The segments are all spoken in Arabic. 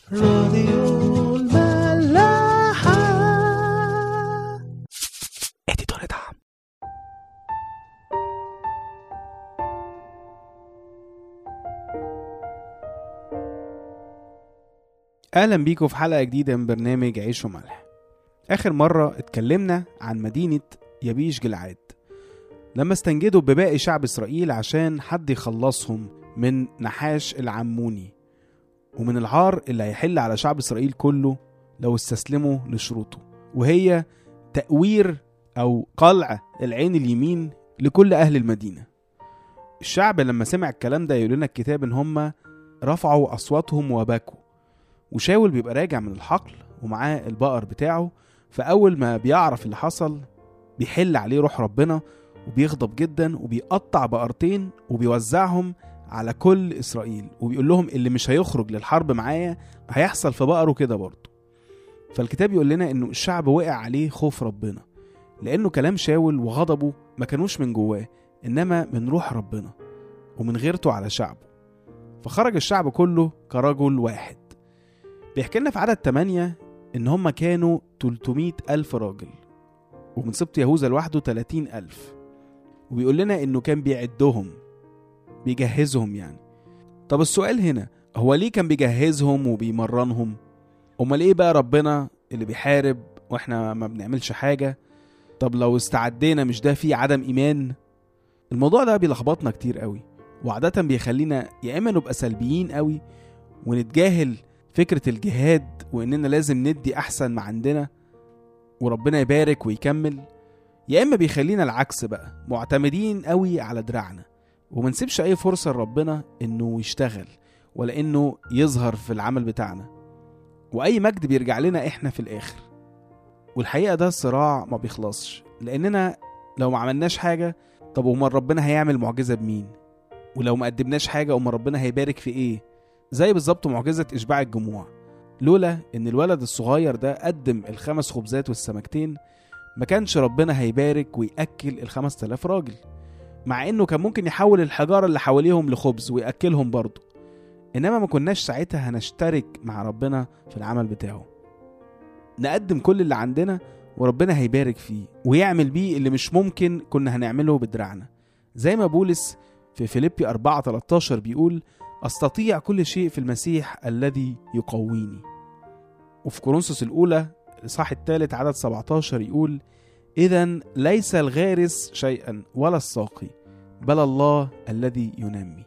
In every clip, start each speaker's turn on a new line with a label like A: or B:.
A: راديو الملاحة. اديتور دعم. اهلا بيكم في حلقة جديدة من برنامج عيش وملح. اخر مرة اتكلمنا عن مدينة يبيش جلعاد لما استنجدوا بباقي شعب اسرائيل عشان حد يخلصهم من نحاش العموني ومن العار اللي هيحل على شعب اسرائيل كله لو استسلموا لشروطه، وهي تأوير او قلع العين اليمين لكل اهل المدينة. الشعب لما سمع الكلام ده يقول لنا الكتاب ان هم رفعوا اصواتهم وبكوا، وشاول بيبقى راجع من الحقل ومعاه البقر بتاعه، فاول ما بيعرف اللي حصل بيحل عليه روح ربنا وبيغضب جدا وبيقطع بقرتين وبيوزعهم على كل إسرائيل، وبيقول لهم اللي مش هيخرج للحرب معايا هيحصل في بقره كده برضه. فالكتاب يقول لنا انه الشعب وقع عليه خوف ربنا، لانه كلام شاول وغضبه ما كانوش من جواه انما من روح ربنا ومن غيرته على شعبه. فخرج الشعب كله كرجل واحد. بيحكي لنا في عدد 8 ان هم كانوا 300,000 راجل، ومن سبط يهوذا لوحده 30,000. وبيقول لنا انه كان بيعدهم بيجهزهم يعني. طب السؤال هنا، هو ليه كان بيجهزهم وبيمرنهم؟ امال ايه بقى ربنا اللي بيحارب واحنا ما بنعملش حاجة؟ طب لو استعدينا مش ده فيه عدم ايمان؟ الموضوع ده بيلخبطنا كتير قوي، وعادة بيخلينا يا اما نبقى سلبيين قوي ونتجاهل فكرة الجهاد واننا لازم ندي احسن ما عندنا وربنا يبارك ويكمل، يا اما بيخلينا العكس بقى معتمدين قوي على دراعنا ومنسيبش اي فرصة لربنا انه يشتغل ولا انه يظهر في العمل بتاعنا، واي مجد بيرجع لنا احنا في الاخر. والحقيقة ده الصراع ما بيخلصش، لاننا لو ما عملناش حاجة طب امال ربنا هيعمل معجزة بمين؟ ولو ما قدمناش حاجة امال ربنا هيبارك في ايه؟ زي بالظبط معجزة اشباع الجموع. لولا ان الولد الصغير ده قدم 5 خبزات والسمكتين ما كانش ربنا هيبارك ويأكل 5,000 راجل، مع انه كان ممكن يحول الحجارة اللي حواليهم لخبز ويأكلهم برضه، انما ما كناش ساعتها هنشترك مع ربنا في العمل بتاعه. نقدم كل اللي عندنا وربنا هيبارك فيه ويعمل بيه اللي مش ممكن كنا هنعمله بدراعنا، زي ما بولس في فيليبي 4:13 بيقول أستطيع كل شيء في المسيح الذي يقويني. وفي كورنثوس الأولى الإصحاح 3 عدد 17 يقول إذن ليس الغارس شيئا ولا الساقي بل الله الذي ينمي.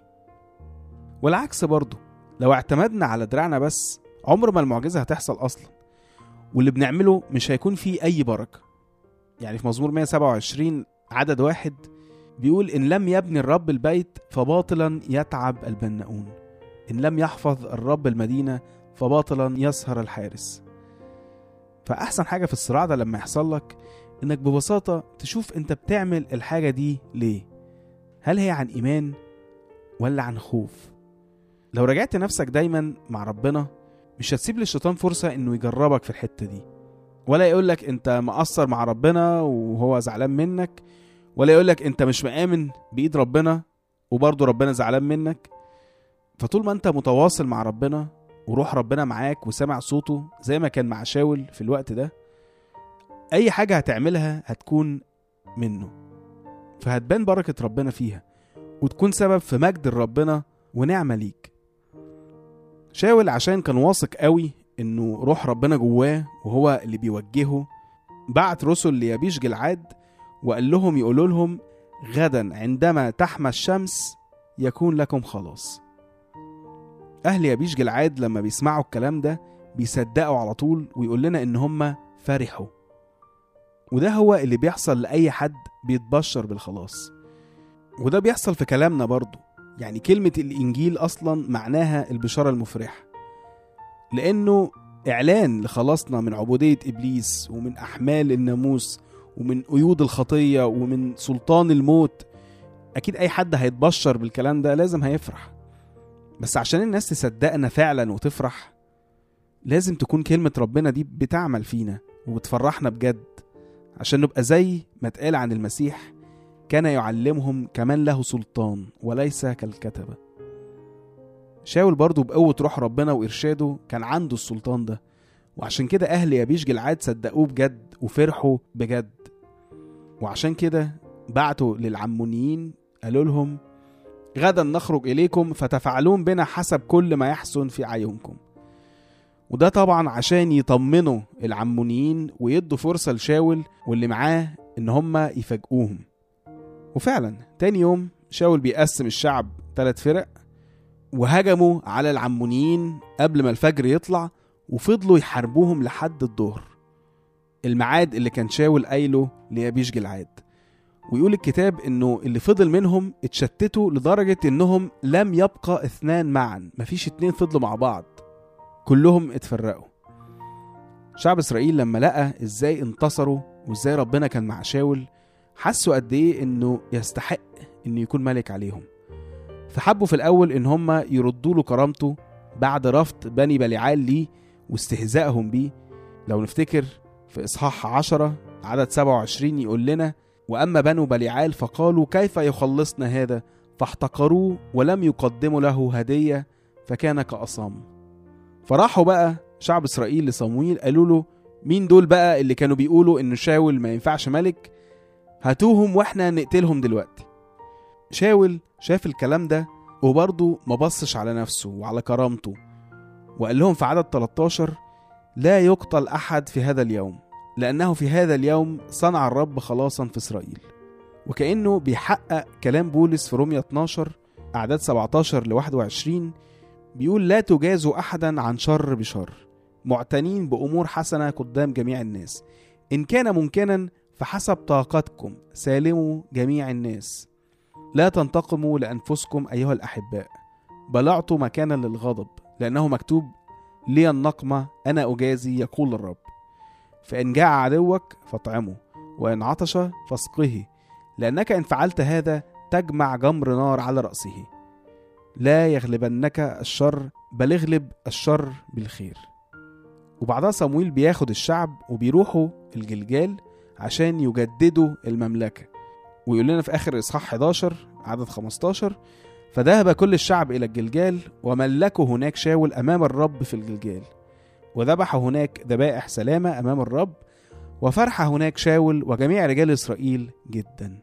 A: والعكس برضو، لو اعتمدنا على دراعنا بس عمر ما المعجزة هتحصل أصلا، واللي بنعمله مش هيكون فيه أي بركة. يعني في مزمور 127 عدد 1 بيقول إن لم يبني الرب البيت فباطلا يتعب البناؤون، إن لم يحفظ الرب المدينة فباطلا يسهر الحارس. فأحسن حاجة في الصراع ده لما يحصل لك إنك ببساطة تشوف أنت بتعمل الحاجة دي ليه؟ هل هي عن إيمان ولا عن خوف؟ لو رجعت نفسك دايما مع ربنا مش هتسيب للشيطان فرصة إنه يجربك في الحتة دي، ولا يقولك أنت مقصر مع ربنا وهو زعلان منك، ولا يقولك أنت مش مآمن بإيد ربنا وبرضه ربنا زعلان منك. فطول ما أنت متواصل مع ربنا وروح ربنا معاك وسمع صوته زي ما كان مع شاول في الوقت ده، أي حاجة هتعملها هتكون منه، فهتبان بركة ربنا فيها وتكون سبب في مجد ربنا ونعمة ليك. شاول عشان كان واثق قوي إنه روح ربنا جواه وهو اللي بيوجهه، بعت رسل ليبيش جلعاد وقال لهم يقولوا لهم غدا عندما تحمى الشمس يكون لكم خلاص. أهل يبيش جلعاد لما بيسمعوا الكلام ده بيصدقوا على طول، ويقول لنا إن هم فرحوا. وده هو اللي بيحصل لأي حد بيتبشر بالخلاص، وده بيحصل في كلامنا برضو. يعني كلمة الإنجيل أصلا معناها البشارة المفرحة، لأنه إعلان لخلاصنا من عبودية إبليس ومن أحمال الناموس ومن قيود الخطية ومن سلطان الموت. أكيد أي حد هيتبشر بالكلام ده لازم هيفرح، بس عشان الناس تصدقنا فعلا وتفرح لازم تكون كلمة ربنا دي بتعمل فينا وبتفرحنا بجد، عشان نبقى زي ما اتقال عن المسيح كان يعلمهم كمان له سلطان وليس كالكتبة. شاول برضو بقوة روح ربنا وإرشاده كان عنده السلطان ده، وعشان كده أهل يبيش جلعاد صدقوه بجد وفرحوا بجد. وعشان كده بعتوا للعمونيين قالوا لهم غدا نخرج إليكم فتفعلون بنا حسب كل ما يحسن في أعينكم. وده طبعا عشان يطمنوا العمونيين ويدوا فرصة لشاول واللي معاه إن هم يفاجئوهم. وفعلا تاني يوم شاول بيقسم الشعب 3 فرق وهجموا على العمونيين قبل ما الفجر يطلع، وفضلوا يحاربوهم لحد الظهر، الميعاد اللي كان شاول قايله ليبيش جلعاد. ويقول الكتاب انه اللي فضل منهم اتشتتوا لدرجة انهم لم يبقى 2 معا، مفيش 2 فضلوا مع بعض، كلهم اتفرقوا. شعب اسرائيل لما لقى ازاي انتصروا وازاي ربنا كان مع شاول حسوا قد ايه انه يستحق انه يكون ملك عليهم. فحبوا في الاول ان هم يردوا له كرامته بعد رفض بني بليعال ليه واستهزائهم بيه. لو نفتكر في إصحاح 10 عدد 27 يقول لنا وأما بنو بليعال فقالوا كيف يخلصنا هذا، فاحتقروه ولم يقدموا له هدية فكان كأصم. فراحوا بقى شعب إسرائيل لصمويل قالوا له مين دول بقى اللي كانوا بيقولوا إن شاول ما ينفعش ملك؟ هاتوهم واحنا نقتلهم دلوقتي. شاول شاف الكلام ده وبرضه ما بصش على نفسه وعلى كرامته، وقال لهم في عدد 13 لا يقتل أحد في هذا اليوم، لأنه في هذا اليوم صنع الرب خلاصا في إسرائيل. وكأنه بيحقق كلام بولس في رومية 12 أعداد 17-21 بيقول لا تجازوا أحدا عن شر بشر، معتنين بأمور حسنة قدام جميع الناس، إن كان ممكنا فحسب طاقتكم سالموا جميع الناس، لا تنتقموا لأنفسكم أيها الأحباء، بل اعطوا مكانا للغضب، لأنه مكتوب لي النقمة أنا أجازي يقول الرب. فإن جاع عدوك فاطعمه، وإن عطش فاسقه، لأنك إن فعلت هذا تجمع جمر نار على رأسه. لا يغلبنك الشر بل اغلب الشر بالخير. وبعدها صمويل بياخد الشعب وبيروحوا الجلجال عشان يجددوا المملكة. ويقول لنا في آخر إصحاح 11 عدد 15 فذهب كل الشعب إلى الجلجال وملكوا هناك شاول أمام الرب في الجلجال، وذبح هناك ذبائح سلامة أمام الرب، وفرح هناك شاول وجميع رجال إسرائيل جدا.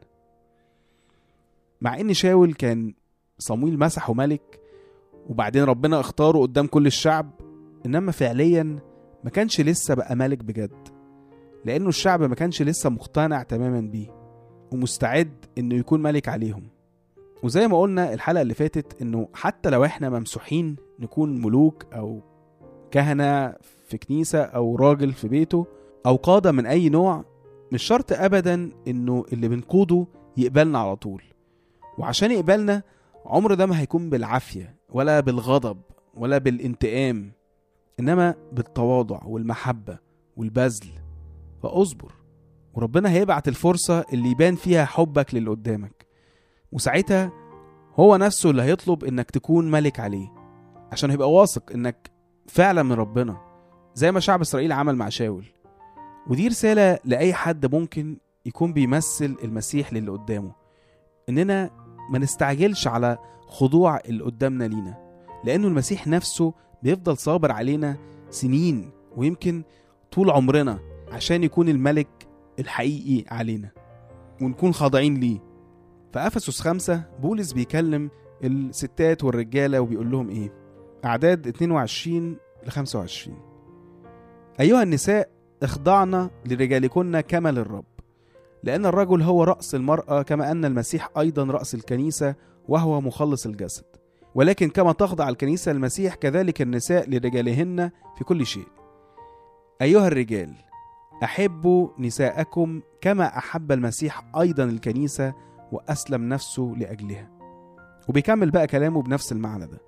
A: مع إن شاول كان صمويل مسحه ملك وبعدين ربنا اختاره قدام كل الشعب، إنما فعليا ما كانش لسه بقى ملك بجد، لأنه الشعب ما كانش لسه مقتنع تماما بيه ومستعد إنه يكون ملك عليهم. وزي ما قلنا الحلقة اللي فاتت إنه حتى لو إحنا ممسوحين نكون ملوك أو كهنة في كنيسة أو راجل في بيته أو قادة من أي نوع، مش شرط أبدا إنه اللي بنقوده يقبلنا على طول. وعشان يقبلنا عمر ده ما هيكون بالعافية ولا بالغضب ولا بالانتقام، إنما بالتواضع والمحبة والبذل. فأصبر وربنا هيبعت الفرصة اللي يبان فيها حبك للي قدامك، وساعتها هو نفسه اللي هيطلب إنك تكون ملك عليه، عشان هيبقى واثق إنك فعلا من ربنا زي ما شعب إسرائيل عمل مع شاول. ودي رسالة لأي حد ممكن يكون بيمثل المسيح للي قدامه، إننا ما نستعجلش على خضوع اللي قدامنا لينا، لأنه المسيح نفسه بيفضل صابر علينا سنين ويمكن طول عمرنا عشان يكون الملك الحقيقي علينا ونكون خاضعين ليه. فأفسس 5 بولس بيكلم الستات والرجالة وبيقول لهم إيه؟ أعداد 22-25 أيها النساء اخضعنا لرجالكن كما للرب، لأن الرجل هو رأس المرأة كما أن المسيح أيضا رأس الكنيسة وهو مخلص الجسد، ولكن كما تخضع الكنيسة المسيح كذلك النساء لرجالهن في كل شيء. أيها الرجال أحبوا نساءكم كما أحب المسيح أيضا الكنيسة وأسلم نفسه لأجلها. وبيكمل بقى كلامه بنفس المعنى ده.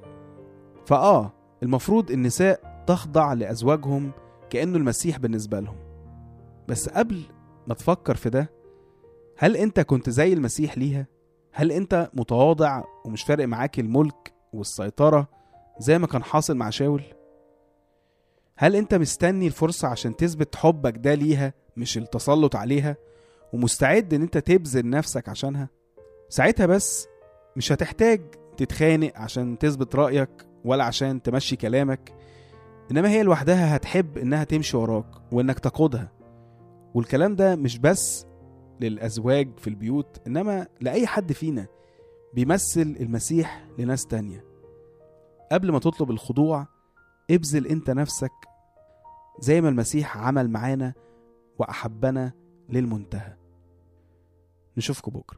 A: المفروض النساء تخضع لأزواجهم كأنه المسيح بالنسبة لهم. بس قبل ما تفكر في ده، هل أنت كنت زي المسيح ليها؟ هل أنت متواضع ومش فارق معاك الملك والسيطرة زي ما كان حاصل مع شاول؟ هل أنت مستني الفرصة عشان تثبت حبك ده ليها مش التسلط عليها، ومستعد أن أنت تبذل نفسك عشانها؟ ساعتها بس مش هتحتاج تتخانق عشان تثبت رأيك ولا عشان تمشي كلامك، إنما هي لوحدها هتحب إنها تمشي وراك وإنك تقودها. والكلام ده مش بس للأزواج في البيوت، إنما لأي حد فينا بيمثل المسيح لناس تانية. قبل ما تطلب الخضوع ابذل انت نفسك زي ما المسيح عمل معانا وأحبنا للمنتهى. نشوفكم بكرة.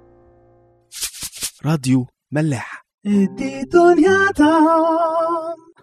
B: راديو ملاح.